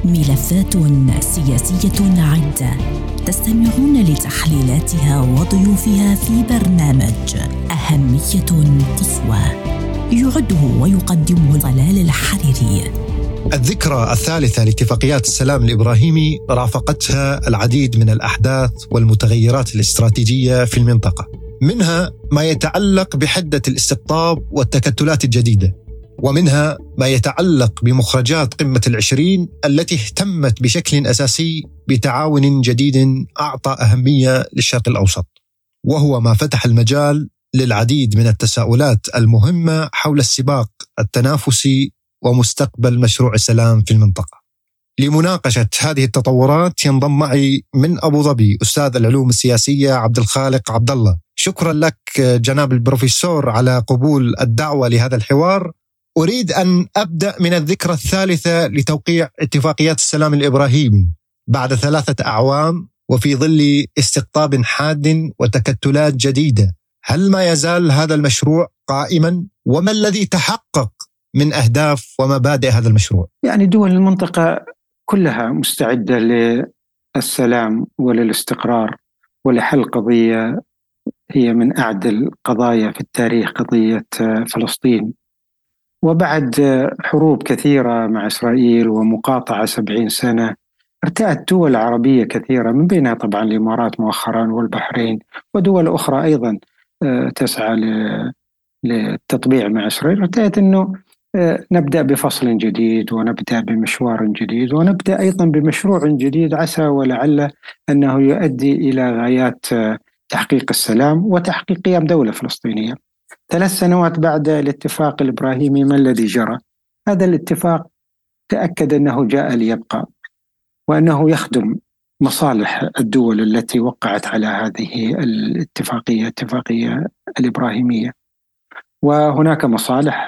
ملفات سياسية عدة تستمعون لتحليلاتها وضيوفها في برنامج أهمية قصوى يعده ويقدمه طلال الحريري. الذكرى الثالثة لاتفاقيات السلام الإبراهيمي رافقتها العديد من الأحداث والمتغيرات الاستراتيجية في المنطقة، منها ما يتعلق بحدة الاستقطاب والتكتلات الجديدة، ومنها ما يتعلق بمخرجات قمة العشرين التي اهتمت بشكل أساسي بتعاون جديد أعطى أهمية للشرق الأوسط، وهو ما فتح المجال للعديد من التساؤلات المهمة حول السباق التنافسي ومستقبل مشروع السلام في المنطقة. لمناقشة هذه التطورات ينضم معي من أبو ظبي أستاذ العلوم السياسية عبد الخالق عبد الله. شكرا لك جناب البروفيسور على قبول الدعوة لهذا الحوار. أريد أن أبدأ من الذكرى الثالثة لتوقيع اتفاقيات السلام الإبراهيمي بعد 3 أعوام وفي ظل استقطاب حاد وتكتلات جديدة. هل ما يزال هذا المشروع قائما؟ وما الذي تحقق من أهداف ومبادئ هذا المشروع؟ يعني دول المنطقة كلها مستعدة للسلام وللاستقرار ولحل قضية هي من أعدل قضايا في التاريخ، قضية فلسطين. وبعد حروب كثيرة مع إسرائيل ومقاطعة 70 سنة ارتأت دول عربية كثيرة، من بينها طبعا الإمارات مؤخرا والبحرين ودول أخرى أيضا تسعى للتطبيع مع إسرائيل. ارتأت أنه نبدأ بفصل جديد ونبدأ بمشوار جديد ونبدأ أيضا بمشروع جديد عسى ولعل أنه يؤدي إلى غايات تحقيق السلام وتحقيق قيام دولة فلسطينية. 3 سنوات بعد الاتفاق الإبراهيمي ما الذي جرى؟ هذا الاتفاق تأكد أنه جاء ليبقى وأنه يخدم مصالح الدول التي وقعت على هذه الاتفاقية الإبراهيمية، وهناك مصالح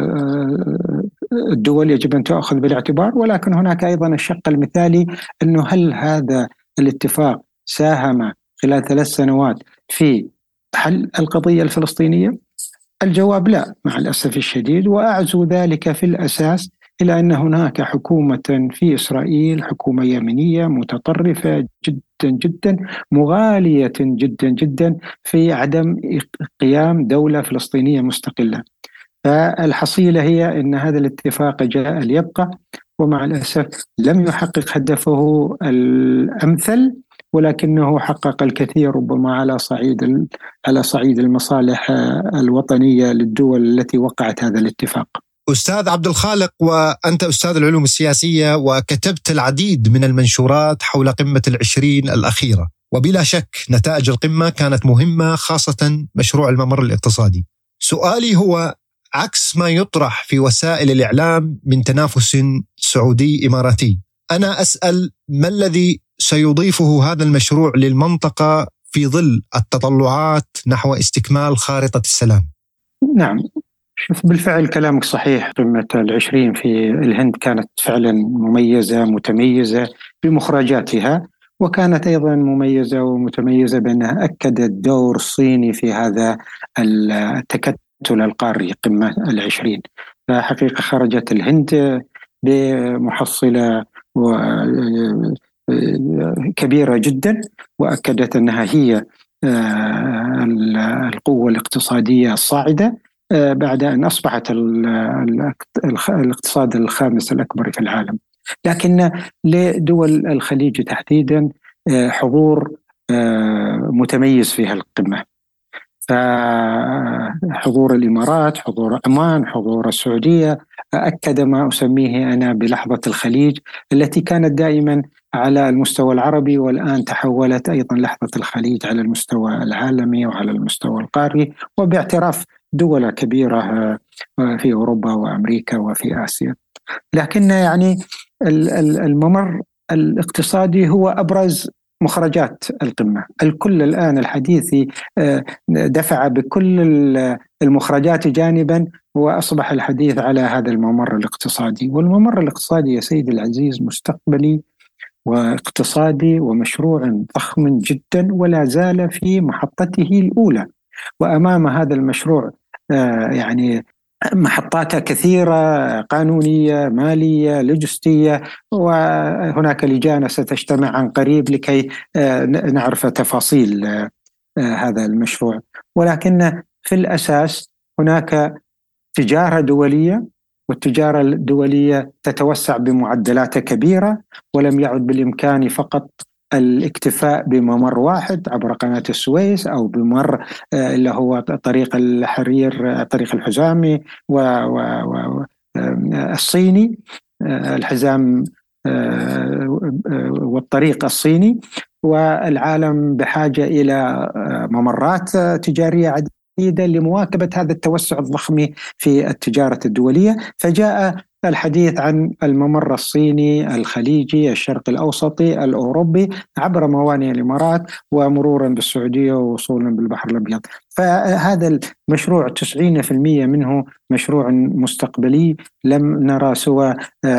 الدول يجب أن تأخذ بالاعتبار، ولكن هناك أيضا الشق المثالي أنه هل هذا الاتفاق ساهم خلال 3 سنوات في حل القضية الفلسطينية؟ الجواب لا مع الأسف الشديد، وأعزو ذلك في الأساس إلى أن هناك حكومة في إسرائيل، حكومة يمينية متطرفة جدا جدا، مغالية جدا جدا في عدم قيام دولة فلسطينية مستقلة. فالحصيلة هي أن هذا الاتفاق جاء ليبقى، ومع الأسف لم يحقق هدفه الأمثل، ولكنه حقق الكثير ربما على صعيد المصالح الوطنية للدول التي وقعت هذا الاتفاق. أستاذ عبد الخالق، وأنت أستاذ العلوم السياسية وكتبت العديد من المنشورات حول قمة العشرين الأخيرة، وبلا شك نتائج القمة كانت مهمة، خاصة مشروع الممر الاقتصادي. سؤالي هو عكس ما يطرح في وسائل الإعلام من تنافس سعودي إماراتي، أنا أسأل ما الذي سيضيفه هذا المشروع للمنطقة في ظل التطلعات نحو استكمال خارطة السلام؟ نعم، شوف بالفعل كلامك صحيح. قمة العشرين في الهند كانت فعلا مميزة متميزة بمخرجاتها، وكانت أيضا مميزة ومتميزة بأنها أكدت دور الصيني في هذا التكتل القاري قمة العشرين. فحقيقة خرجت الهند بمحصلة كبيرة جدا، وأكدت أنها هي القوة الاقتصادية الصاعدة بعد أن أصبحت الاقتصاد الخامس الأكبر في العالم. لكن لدول الخليج تحديدا حضور متميز في القمة، فحضور الإمارات، حضور عمان، حضور السعودية أكد ما أسميه أنا بلحظة الخليج التي كانت دائما على المستوى العربي، والآن تحولت أيضا لحظة الخليج على المستوى العالمي وعلى المستوى القاري، وباعتراف دول كبيرة في أوروبا وأمريكا وفي آسيا. لكن يعني الممر الاقتصادي هو أبرز مخرجات القمة. الكل الآن الحديث دفع بكل المخرجات جانبا، وأصبح الحديث على هذا الممر الاقتصادي. والممر الاقتصادي يا سيدي العزيز مستقبلي واقتصادي ومشروع ضخم جدا، ولا زال في محطته الأولى. وأمام هذا المشروع يعني محطاتها كثيرة، قانونية، مالية، لوجستية، وهناك لجان ستجتمع عن قريب لكي نعرف تفاصيل هذا المشروع. ولكن في الأساس هناك تجارة دولية، والتجارة الدولية تتوسع بمعدلات كبيرة، ولم يعد بالإمكان فقط الاكتفاء بممر واحد عبر قناة السويس أو بممر اللي هو طريق الحرير، طريق الحزامي والصيني، الحزام والطريق الصيني. والعالم بحاجة إلى ممرات تجارية عديدة لمواكبة هذا التوسع الضخم في التجارة الدولية. فجاء الحديث عن الممر الصيني الخليجي الشرق الأوسطي الأوروبي عبر موانئ الإمارات ومرورا بالسعودية ووصولا بالبحر الأبيض. فهذا المشروع 90% منه مشروع مستقبلي لم نرى سوى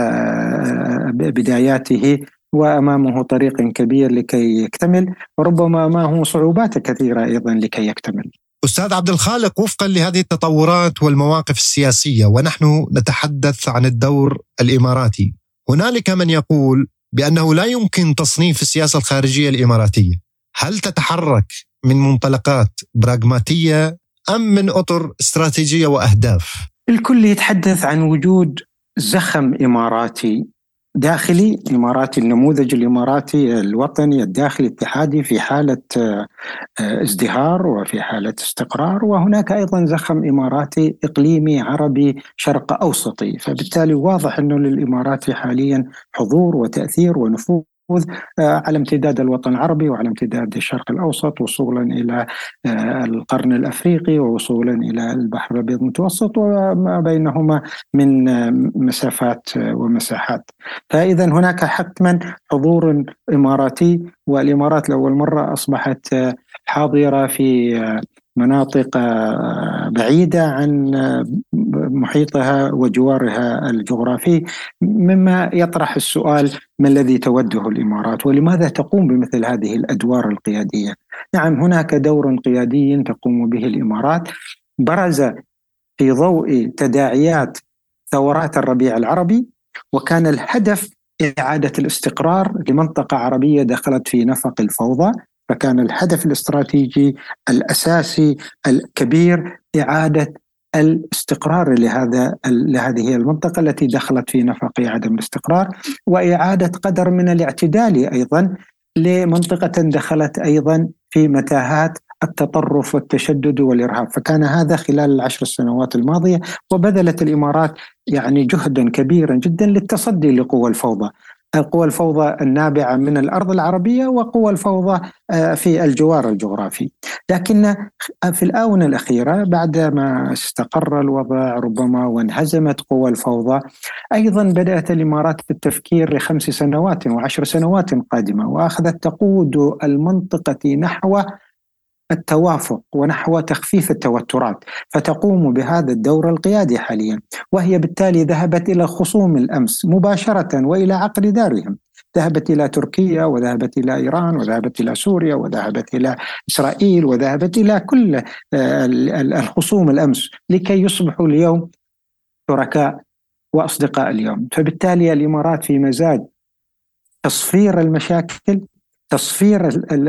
بداياته، وأمامه طريق كبير لكي يكتمل، وربما أمامه صعوبات كثيرة أيضا لكي يكتمل. أستاذ عبد الخالق، وفقا لهذه التطورات والمواقف السياسية ونحن نتحدث عن الدور الإماراتي، هنالك من يقول بأنه لا يمكن تصنيف السياسة الخارجية الإماراتية. هل تتحرك من منطلقات براغماتية أم من أطر استراتيجية وأهداف؟ الكل يتحدث عن وجود زخم إماراتي داخلي، إماراتي، النموذج الإماراتي الوطني الداخلي الاتحادي في حالة ازدهار وفي حالة استقرار، وهناك أيضا زخم إماراتي إقليمي عربي شرق أوسطي. فبالتالي واضح أنه للإمارات حاليا حضور وتأثير ونفوذ على امتداد الوطن العربي وعلى امتداد الشرق الأوسط، وصولا إلى القرن الأفريقي ووصولا إلى البحر الأبيض المتوسط وما بينهما من مسافات ومساحات. فإذا هناك حتما حضور إماراتي، والإمارات لأول مرة أصبحت حاضرة في مناطق بعيدة عن محيطها وجوارها الجغرافي، مما يطرح السؤال: ما الذي توده الإمارات ولماذا تقوم بمثل هذه الأدوار القيادية؟ نعم، هناك دور قيادي تقوم به الإمارات، برز في ضوء تداعيات ثورات الربيع العربي، وكان الهدف إعادة الاستقرار لمنطقة عربية دخلت في نفق الفوضى. فكان الهدف الاستراتيجي الأساسي الكبير إعادة الاستقرار لهذه المنطقة التي دخلت في نفق عدم الاستقرار، وإعادة قدر من الاعتدال أيضا لمنطقة دخلت أيضا في متاهات التطرف والتشدد والإرهاب. فكان هذا خلال 10 سنوات الماضية، وبذلت الإمارات جهدا كبيرا جدا للتصدي لقوى الفوضى، قوى الفوضى النابعة من الأرض العربية وقوى الفوضى في الجوار الجغرافي. لكن في الآونة الأخيرة بعدما استقر الوضع ربما وانهزمت قوى الفوضى، أيضا بدأت الإمارات بالتفكير ل5 سنوات و10 سنوات قادمة، وأخذت تقود المنطقة نحو التوافق ونحو تخفيف التوترات، فتقوم بهذا الدور القيادي حاليا. وهي بالتالي ذهبت إلى خصوم الأمس مباشرة وإلى عقر دارهم، ذهبت إلى تركيا وذهبت إلى إيران وذهبت إلى سوريا وذهبت إلى إسرائيل وذهبت إلى كل الخصوم الأمس لكي يصبحوا اليوم شركاء وأصدقاء اليوم. فبالتالي الإمارات في مزاج تصفير المشاكل، تصفير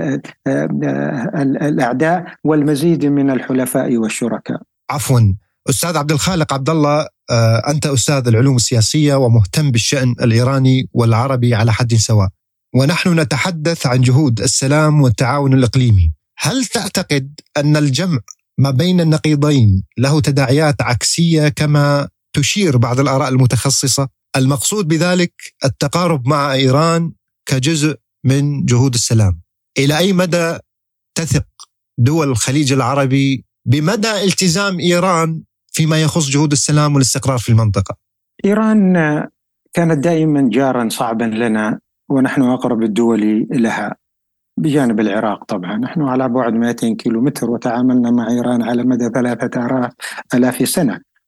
الأعداء، والمزيد من الحلفاء والشركاء. عفوا أستاذ عبد الخالق عبد الله، أنت أستاذ العلوم السياسية ومهتم بالشأن الإيراني والعربي على حد سواء، ونحن نتحدث عن جهود السلام والتعاون الإقليمي. هل تعتقد أن الجمع ما بين النقيضين له تداعيات عكسية كما تشير بعض الآراء المتخصصة؟ المقصود بذلك التقارب مع إيران كجزء من جهود السلام. إلى أي مدى تثق دول الخليج العربي بمدى التزام إيران فيما يخص جهود السلام والاستقرار في المنطقة؟ إيران كانت دائما جارا صعبا لنا، ونحن أقرب الدول لها بجانب العراق. طبعا نحن على بعد 200 كيلومتر، وتعاملنا مع إيران على مدى 3000 سنة،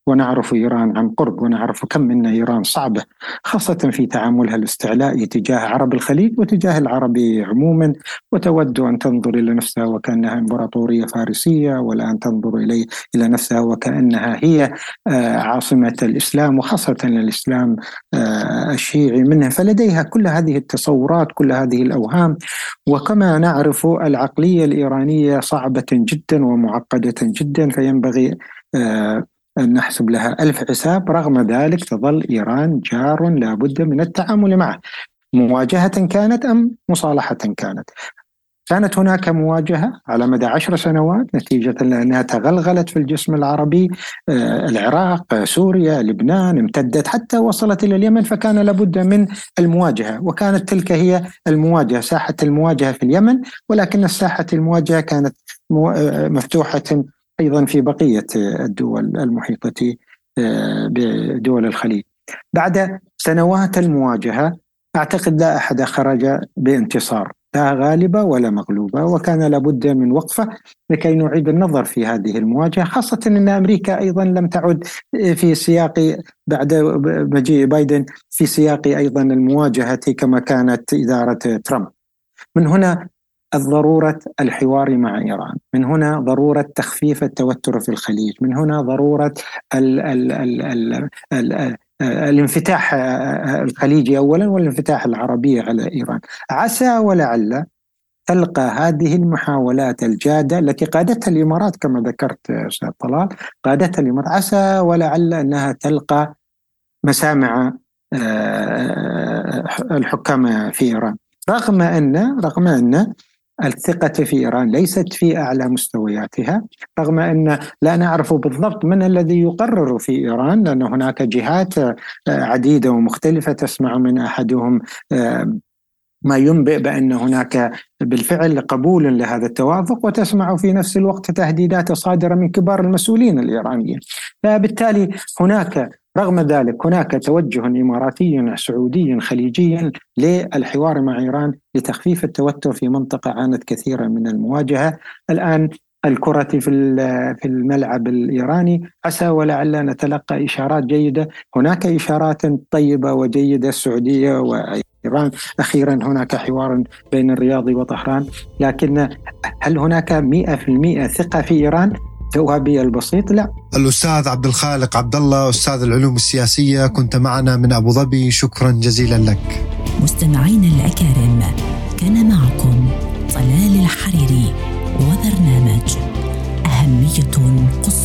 ونعرف إيران عن قرب، ونعرف كم أن إيران صعبة خاصة في تعاملها الاستعلائي تجاه عرب الخليج وتجاه العرب عموما، وتود أن تنظر إلى نفسها وكأنها إمبراطورية فارسية، ولا أن تنظر إلى نفسها وكأنها هي عاصمة الإسلام، وخاصة الإسلام الشيعي منها. فلديها كل هذه التصورات، كل هذه الأوهام. وكما نعرف العقلية الإيرانية صعبة جدا ومعقدة جدا، فينبغي أن نحسب لها ألف حساب. رغم ذلك تظل إيران جار لا بد من التعامل معه، مواجهة كانت أم مصالحة كانت هناك مواجهة على مدى 10 سنوات نتيجة لأنها تغلغلت في الجسم العربي، العراق، سوريا، لبنان، امتدت حتى وصلت إلى اليمن، فكان لابد من المواجهة، وكانت تلك هي المواجهة، ساحة المواجهة في اليمن، ولكن ساحة المواجهة كانت مفتوحة أيضا في بقية الدول المحيطة بدول الخليج. بعد سنوات المواجهة أعتقد لا أحد خرج بانتصار، لا غالبة ولا مغلوبة، وكان لابد من وقفة لكي نعيد النظر في هذه المواجهة، خاصة أن أمريكا أيضا لم تعد في سياق بعد مجيء بايدن في سياق أيضا المواجهة كما كانت إدارة ترامب. من هنا ضرورة الحوار مع إيران، من هنا ضرورة تخفيف التوتر في الخليج، من هنا ضرورة الانفتاح الخليجي أولا والانفتاح العربي على إيران. عسى ولعل تلقى هذه المحاولات الجادة التي قادتها الإمارات كما ذكرت أستاذ طلال، قادتها الإمارات، عسى ولعل أنها تلقى مسامع الحكام في إيران، رغم أن الثقة في إيران ليست في أعلى مستوياتها، رغم أن لا نعرف بالضبط من الذي يقرر في إيران، لأن هناك جهات عديدة ومختلفة تسمع من أحدهم ما ينبئ بأن هناك بالفعل قبول لهذا التوافق، وتسمع في نفس الوقت تهديدات صادرة من كبار المسؤولين الإيرانيين. فبالتالي رغم ذلك هناك توجه إماراتي سعودي خليجي للحوار مع إيران لتخفيف التوتر في منطقة عانت كثيرا من المواجهة. الآن الكرة في الملعب الإيراني، عسى ولعل نتلقى إشارات جيدة. هناك إشارات طيبة وجيدة، السعودية وإيران أخيرا هناك حوار بين الرياض وطهران، لكن هل هناك 100% ثقة في إيران؟ جوابي البسيط لا. الأستاذ عبد الخالق عبد الله، أستاذ العلوم السياسية، كنت معنا من أبو ظبي، شكرا جزيلا لك. مستمعين الأكارم، كان معكم طلال الحريري وبرنامج أهمية قصوى.